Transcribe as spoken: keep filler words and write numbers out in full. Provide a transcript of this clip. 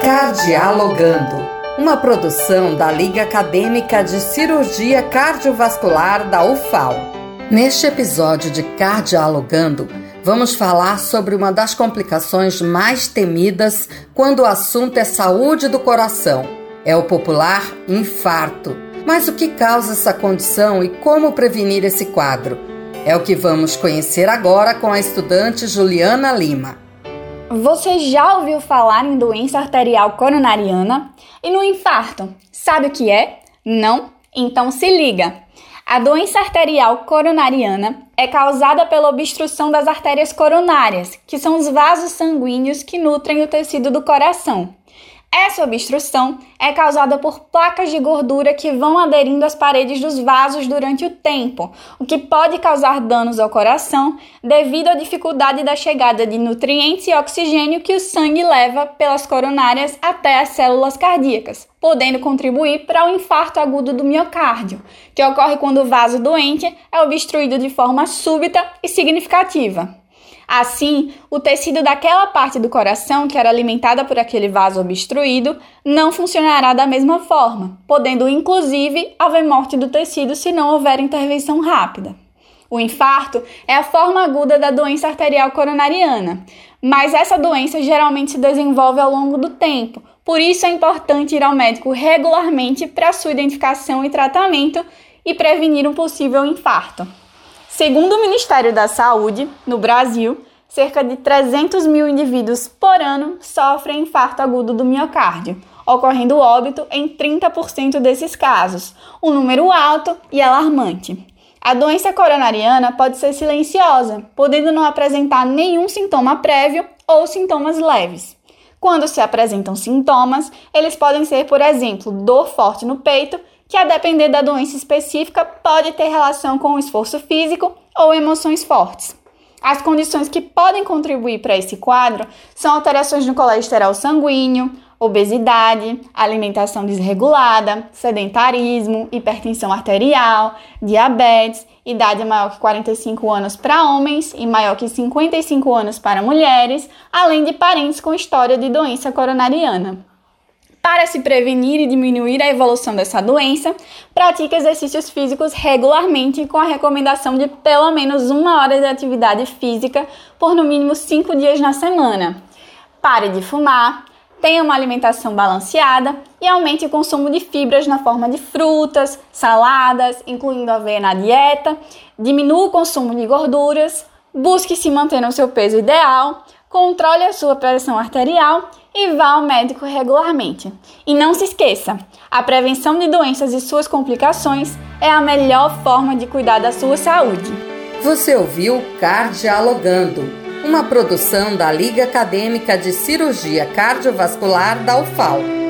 Cardialogando, uma produção da Liga Acadêmica de Cirurgia Cardiovascular da U F A L. Neste episódio de Cardialogando, vamos falar sobre uma das complicações mais temidas quando o assunto é saúde do coração. É o popular infarto. Mas o que causa essa condição e como prevenir esse quadro? É o que vamos conhecer agora com a estudante Juliana Lima. Você já ouviu falar em doença arterial coronariana? E no infarto? Sabe o que é? Não? Então se liga! A doença arterial coronariana é causada pela obstrução das artérias coronárias, que são os vasos sanguíneos que nutrem o tecido do coração. Essa obstrução é causada por placas de gordura que vão aderindo às paredes dos vasos durante o tempo, o que pode causar danos ao coração devido à dificuldade da chegada de nutrientes e oxigênio que o sangue leva pelas coronárias até as células cardíacas, podendo contribuir para o infarto agudo do miocárdio, que ocorre quando o vaso doente é obstruído de forma súbita e significativa. Assim, o tecido daquela parte do coração que era alimentada por aquele vaso obstruído não funcionará da mesma forma, podendo inclusive haver morte do tecido se não houver intervenção rápida. O infarto é a forma aguda da doença arterial coronariana, mas essa doença geralmente se desenvolve ao longo do tempo, por isso é importante ir ao médico regularmente para sua identificação e tratamento e prevenir um possível infarto. Segundo o Ministério da Saúde, no Brasil, cerca de trezentos mil indivíduos por ano sofrem infarto agudo do miocárdio, ocorrendo óbito em trinta por cento desses casos, um número alto e alarmante. A doença coronariana pode ser silenciosa, podendo não apresentar nenhum sintoma prévio ou sintomas leves. Quando se apresentam sintomas, eles podem ser, por exemplo, dor forte no peito, que a depender da doença específica pode ter relação com o esforço físico ou emoções fortes. As condições que podem contribuir para esse quadro são alterações no colesterol sanguíneo, obesidade, alimentação desregulada, sedentarismo, hipertensão arterial, diabetes, idade maior que quarenta e cinco anos para homens e maior que cinquenta e cinco anos para mulheres, além de parentes com história de doença coronariana. Para se prevenir e diminuir a evolução dessa doença, pratique exercícios físicos regularmente com a recomendação de pelo menos uma hora de atividade física por no mínimo cinco dias na semana. Pare de fumar, tenha uma alimentação balanceada e aumente o consumo de fibras na forma de frutas, saladas, incluindo aveia na dieta, diminua o consumo de gorduras, busque se manter no seu peso ideal, controle a sua pressão arterial e vá ao médico regularmente. E não se esqueça, a prevenção de doenças e suas complicações é a melhor forma de cuidar da sua saúde. Você ouviu Cardialogando, uma produção da Liga Acadêmica de Cirurgia Cardiovascular da U F A L.